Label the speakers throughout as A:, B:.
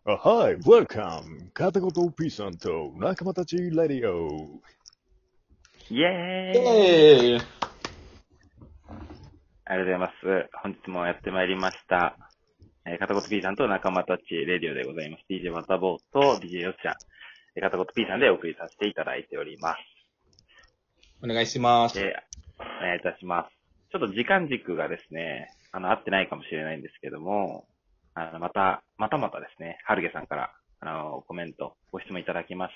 A: はい、Welcome! 片言 P さんと仲間たちレディオ。
B: イエ
C: イ
B: ーイ。
C: ェーイ。
B: ありがとうございます。本日もやってまいりました。片言 P さんと仲間たちレディオでございます。DJ ワタボーと DJ よっちゃん。片言 P さんでお送りさせていただいております。
C: お願いします。
B: お願いいたします。ちょっと時間軸がですね、合ってないかもしれないんですけども、またですね、はるげさんから、コメント、ご質問いただきまして、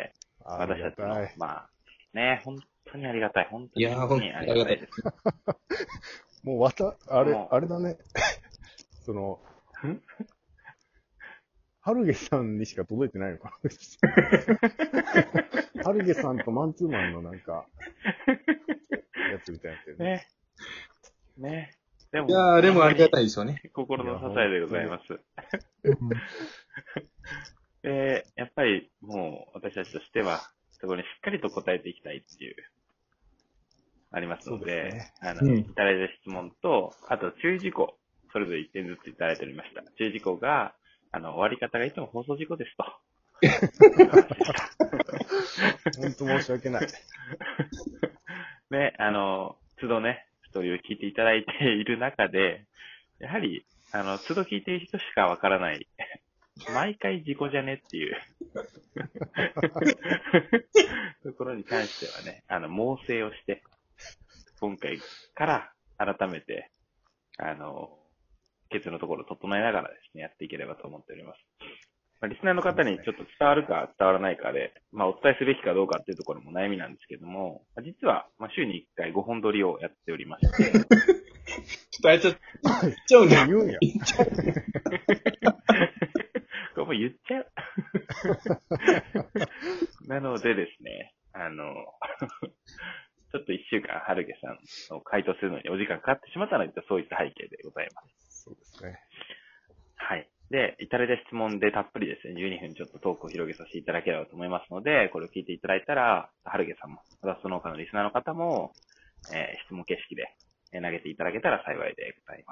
A: あり
B: 私たちの、
A: がたい。
B: 本当にありがたい。本当
C: いやー、ほん
B: にありがたいです。
A: もうあれ
B: もう
A: だね。はるげさんにしか届いてないのかな。はるげさんとマンツーマンのなんか、やつみたいなやつよね。
B: ね。でも、
C: いやー、でもありがたいですよね。
B: 心の支えでございます。やっぱりもう私たちとしては、そこにしっかりと答えていきたいっていう、ありますので、いただいた質問と、あと注意事項、それぞれ1点ずついただいておりました。注意事項が、終わり方がいつも放送事故ですと。
A: 本当申し訳ない。
B: ね、都度ね、ストーリーを聞いていただいている中で、やはり、都度聞いている人しかわからない、毎回事故じゃねっていうところに関してはね、猛省をして、今回から改めて、ケツのところを整えながらですね、やっていければと思っております。リスナーの方にちょっと伝わるか伝わらないかで、お伝えすべきかどうかっていうところも悩みなんですけども、実は、週に1回5本撮りをやっておりまして、
C: 伝えちゃうんだ。
A: 言うんや。
B: これもう言っちゃう。なのでですね、ちょっと1週間、はるげさんを回答するのにお時間かかってしまったので、そういった背景でございます。
A: そうですね。
B: はい。で、いただいた質問でたっぷりですね、12分ちょっとトークを広げさせていただければと思いますので、これを聞いていただいたら、はるげさんも、またその他のリスナーの方も、質問形式で投げていただけたら幸いでございます。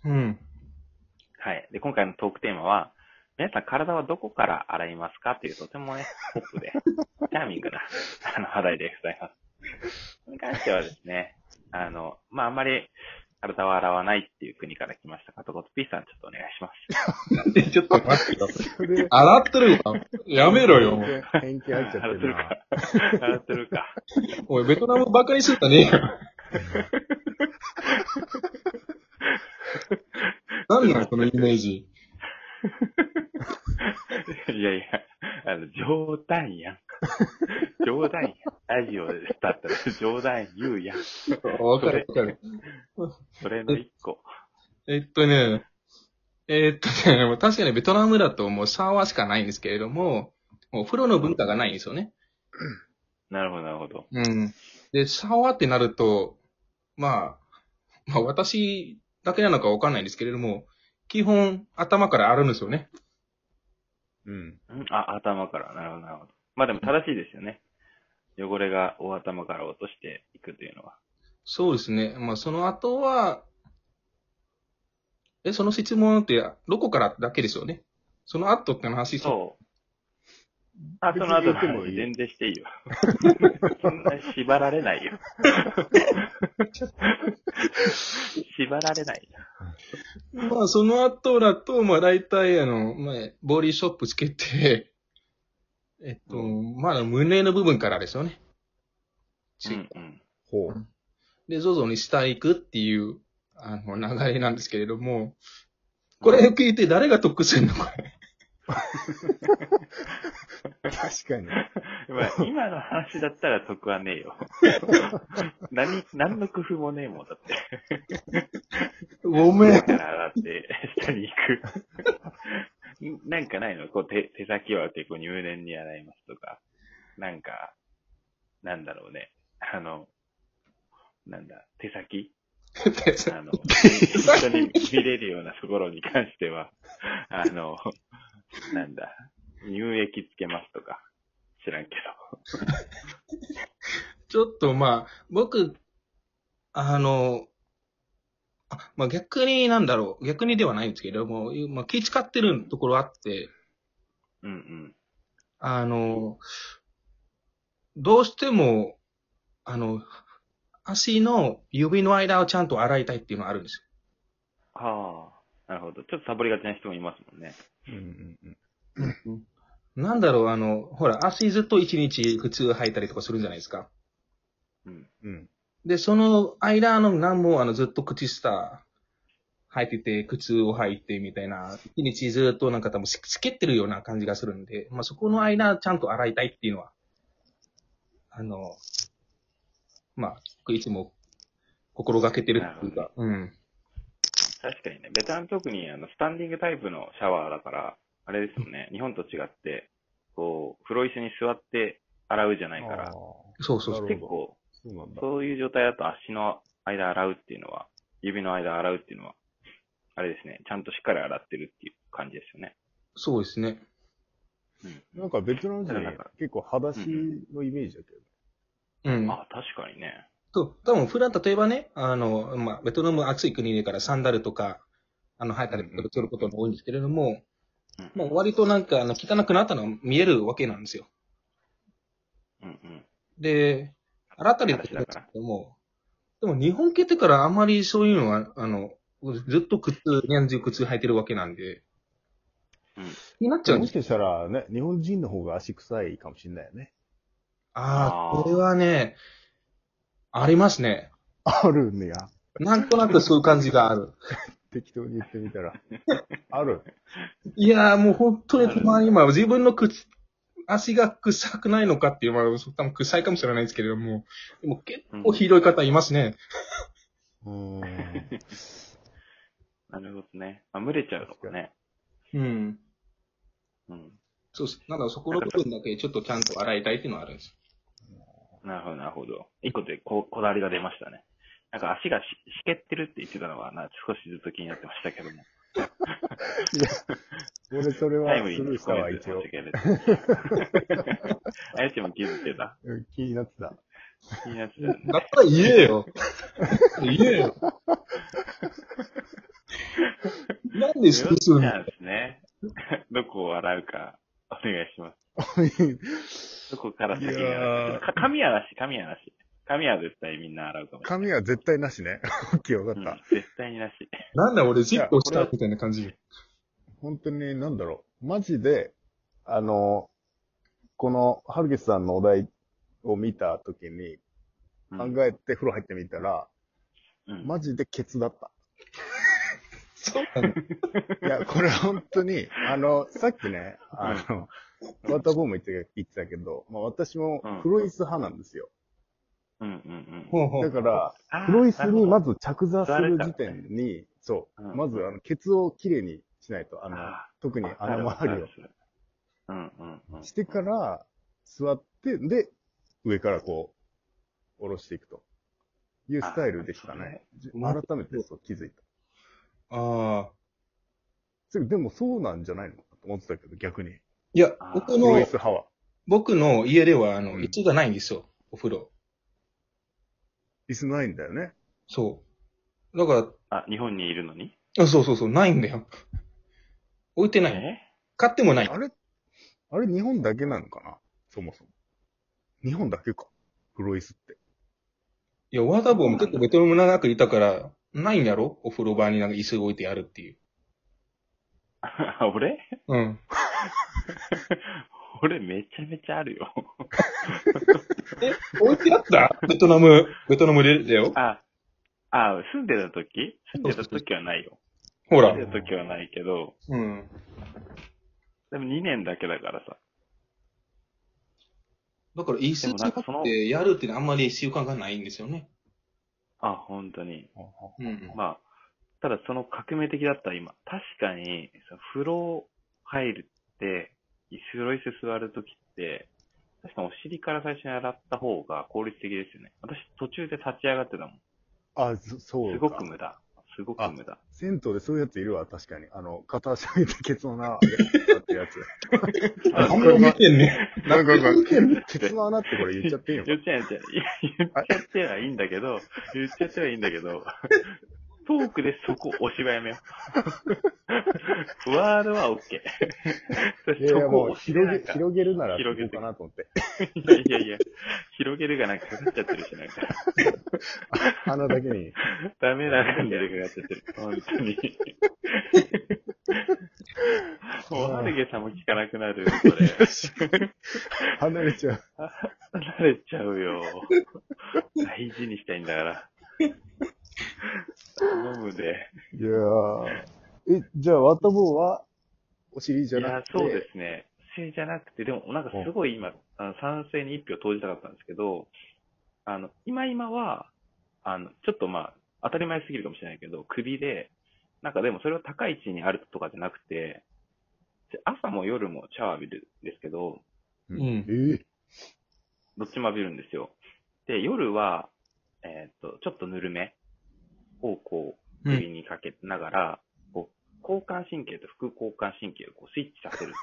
C: うん。
B: はい。で、今回のトークテーマは、皆さん体はどこから洗いますかというとてもね、ポップで、チャーミングな、話題でございます。それに関してはですね、あんまり体を洗わないっていう国から来ました片言 P さん、ちょっとお願いします。
C: ちょっと待ってよ。洗ってるわ。やめろよ。
A: 偏見入っちゃってるな。
B: 洗ってるか。
C: おい、ベトナムバカにするんじゃねえよ。なんなん、そのイメージ。
B: いやいや、冗談やん。冗談やん。ラジオでだったら冗談言うやん。
C: わかるわかる。
B: それの一個。
C: 確かにベトナムだともうシャワーしかないんですけれども、もう風呂の文化がないんですよね。
B: なるほど、なるほど。
C: うん。で、シャワーってなると、私だけなのかわかんないんですけれども、基本頭から洗うんですよね。
A: うん。
B: 頭から。なるほど、なるほど。でも正しいですよね。汚れがお頭から落としていくというのは。
C: そうですね。その後は、その質問ってどこからだけですよね。その後って話。
B: そう。その後の話全然していいよ。そんな縛られないよ。縛られないよ。
C: その後だと、大体ボディショップつけて、胸の部分からですよね。
A: ほう。
C: で、徐々に下へ行くっていう、流れなんですけれども、これを聞いて誰が得するのこれ。
A: 確かに。
B: 今の話だったら得はねえよ。何の工夫もねえもんだって。
C: ごめん。
B: 上から洗って下に行く。なんかないの手先は結構入念に洗いますとか。なんだろうね。手先一緒に見れるようなところに関しては、乳液つけますとか、知らんけど。
C: ちょっと僕、逆に逆にではないんですけれども、気使ってるところあって、
B: うんうん。
C: どうしても、足の指の間をちゃんと洗いたいっていうのがあるんです
B: はあ、なるほど。ちょっとサボりがちな人もいますもんね。
A: うんうんうん。
C: よ。なんだろう、ほら、足ずっと一日靴履いたりとかするんじゃないですか。
B: うん。
A: うん。
C: で、その間の何も、ずっと靴下履いてて、靴を履いてみたいな、一日ずっとなんか多分しけってるような感じがするんで、まあそこの間ちゃんと洗いたいっていうのは、まあ、いつも心がけてるっていうか、うん。
B: 確かにね、ベトナム特にスタンディングタイプのシャワーだから、あれですよね、日本と違って、こう、風呂椅子に座って洗うじゃないから、
C: そうそうそう。
A: なるほど。
B: 結構、
A: そうなんだ。
B: そういう状態だと足の間洗うっていうのは、指の間洗うっていうのは、あれですね、ちゃんとしっかり洗ってるっていう感じですよね。
C: そうですね。
B: うん。
A: なんかベトナム人
B: ただなんか、
A: 結構裸足のイメージだけど。
C: うん。
B: あ、確かにね。
C: 多分普段例えばね、まあ、ベトナム暑い国だからサンダルとか、履いたりすることが多いんですけれども、
B: うん
C: まあ、割となんか、汚くなったのが見えるわけなんですよ。
B: うんうん。
C: で、洗ったりとかするんです
B: 裸足だから。
C: けども、でも日本来てからあんまりそういうのは、ずっと年中靴履いてるわけなんで、
B: うん。
C: 気になっちゃうんですよ。
A: もしかしたらね、日本人の方が足臭いかもしれないよね。
C: ああ、
B: あ
C: これはね、ありますね。
A: あるんや。
C: なんとなくそういう感じがある。
A: 適当に言ってみたら。ある。
C: いやーもう本当にたまに今自分の足が臭くないのかっていう、まあ、多分臭いかもしれないですけれども、でも結構ひどい方いますね。
B: なるほどね。まあ、蒸れちゃうのかね。
C: うん。
B: うん。
C: そうです。なんかそこの部分だけちょっとちゃんと洗いたいっていうのはあるんです。
B: なるほど、なるほど。一個でこだわりが出ましたね。なんか足がしけってるって言ってたのは少しずつ気になってましたけども。
A: いや、俺それ
B: タイムリーに
A: はスルーしたわ、一応。
B: 申し訳ない。あやちも気づいてた。
A: 気になってた。
B: 気になってたよね。
C: だったら言えよ。言えよ。なんでスルーするの
B: チャンスね。どこを洗うか、お願いします。どこから先に洗うか。髪はなし、髪はなし。髪は絶対みんな洗うかもしれない。
A: 髪は絶対なしね。オッケー、わかった。
B: 絶対になし。
C: なんだ俺ジップをしたみたいな感じ。
A: 本当に、なんだろう。マジで、この、ハルゲスさんのお題を見たときに、考えて風呂入ってみたら、マジでケツだった。
C: そうなの？
A: いや、これ本当に、さっきね、ワーターボーム言ってたけど、まあ私も風呂椅子派なんですよ。だから、風呂椅子にまず着座する時点に、そう、まずケツをきれいにしないと、特に穴周りを。してから、座って、で、上からこう、下ろしていくというスタイルでしたね。改めてそう気づいた。
C: ああ。
A: でもそうなんじゃないのかと思ってたけど、逆に。
C: いや、僕の家では、椅子がないんですよ、お風呂。
A: 椅子ないんだよね。
C: そう。だから。
B: 日本にいるのに？
C: そう、ないんだよ。置いてない。買ってもない。
A: あれ日本だけなのかな、そもそも。日本だけか。風呂椅子って。
C: いや、ワーターボーも結構ベトナム長くいたから、ないんやろ？お風呂場になんか椅子置いてやるっていう。
B: 俺？
C: うん。
B: 俺めちゃめちゃあるよ。
C: 置いてあったベトナムでだよ。
B: 住んでた時はないよ。
C: ほら。
B: 住んでた時はないけど。
C: うん。
B: でも2年だけだからさ。
C: だから椅子使ってやるってあんまり習慣がないんですよね。
B: 本当に。まあ、ただその革命的だった今。確かに、風呂入るって、風呂椅子座るときって、確かお尻から最初に洗った方が効率的ですよね。私途中で立ち上がってたもん。
A: そうか。
B: すごく無駄。
A: 銭湯でそういうやついるわ、確かに。片足上げてケツの穴上げたってやつ。
C: あんま見てんね。
A: ケツの穴ってこれ言っちゃっていいのか？
B: 言っちゃってはいいんだけど、トークでそこお芝居やめよう。 ワードは OK。
A: いやいや、もう広げるなら
B: 広げて
A: こうかなと思って。
B: いやいや、広げるがなんかかかっちゃってるし、なんか。
A: 鼻だけに。
B: ダメな感じでかかっちゃってる。本当に。もう、はるげさんも聞かなくなる、これ。
A: 離れちゃう。
B: 離れちゃうよ。大事にしたいんだから。頼むで。
A: いやー。じゃあ、ワタボーは、お尻じゃなくて。
B: いや、そうですね。お尻じゃなくて、でもなんかすごい今、賛成に一票投じたかったんですけど、今は、ちょっとまあ、当たり前すぎるかもしれないけど、首で、なんかでもそれは高い位置にあるとかじゃなくて、朝も夜もシャワー浴びるんですけど、
C: うん。
B: どっちも浴びるんですよ。で、夜は、ちょっとぬるめをこう、首にかけながら、こう、交感神経と副交感神経をこうスイッチさせる。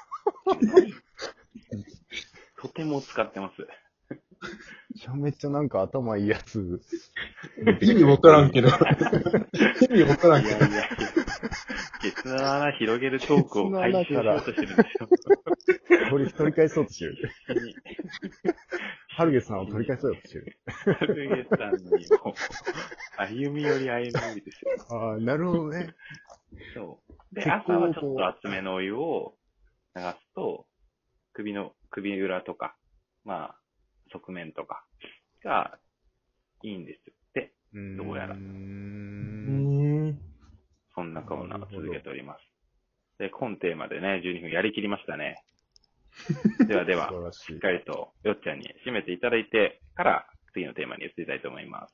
B: とても使ってます。
A: めちゃなんか頭いいやつ。
C: 意味わからんけど。意味わからんけど。
B: いやいやいや。ケツの穴広げるトークを回収しようとしてるんですよ。
A: 取り返そうとしてる。はるげさんを取り返そうとしてる。
B: はるげさんにも、歩み寄りですよ。
A: ああ、なるほどね。
B: そう。で、朝はちょっと厚めのお湯を流すと、首裏とか、まあ、側面とかがいいんですよ。で、どうやら。そんなコーナーを続けております。で、今テーマでね、12分やりきりましたね。では、しっかりとよっちゃんに締めていただいてから、次のテーマに移りたいと思います。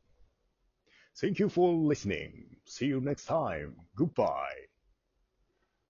A: Thank you for listening. See you next time. Goodbye.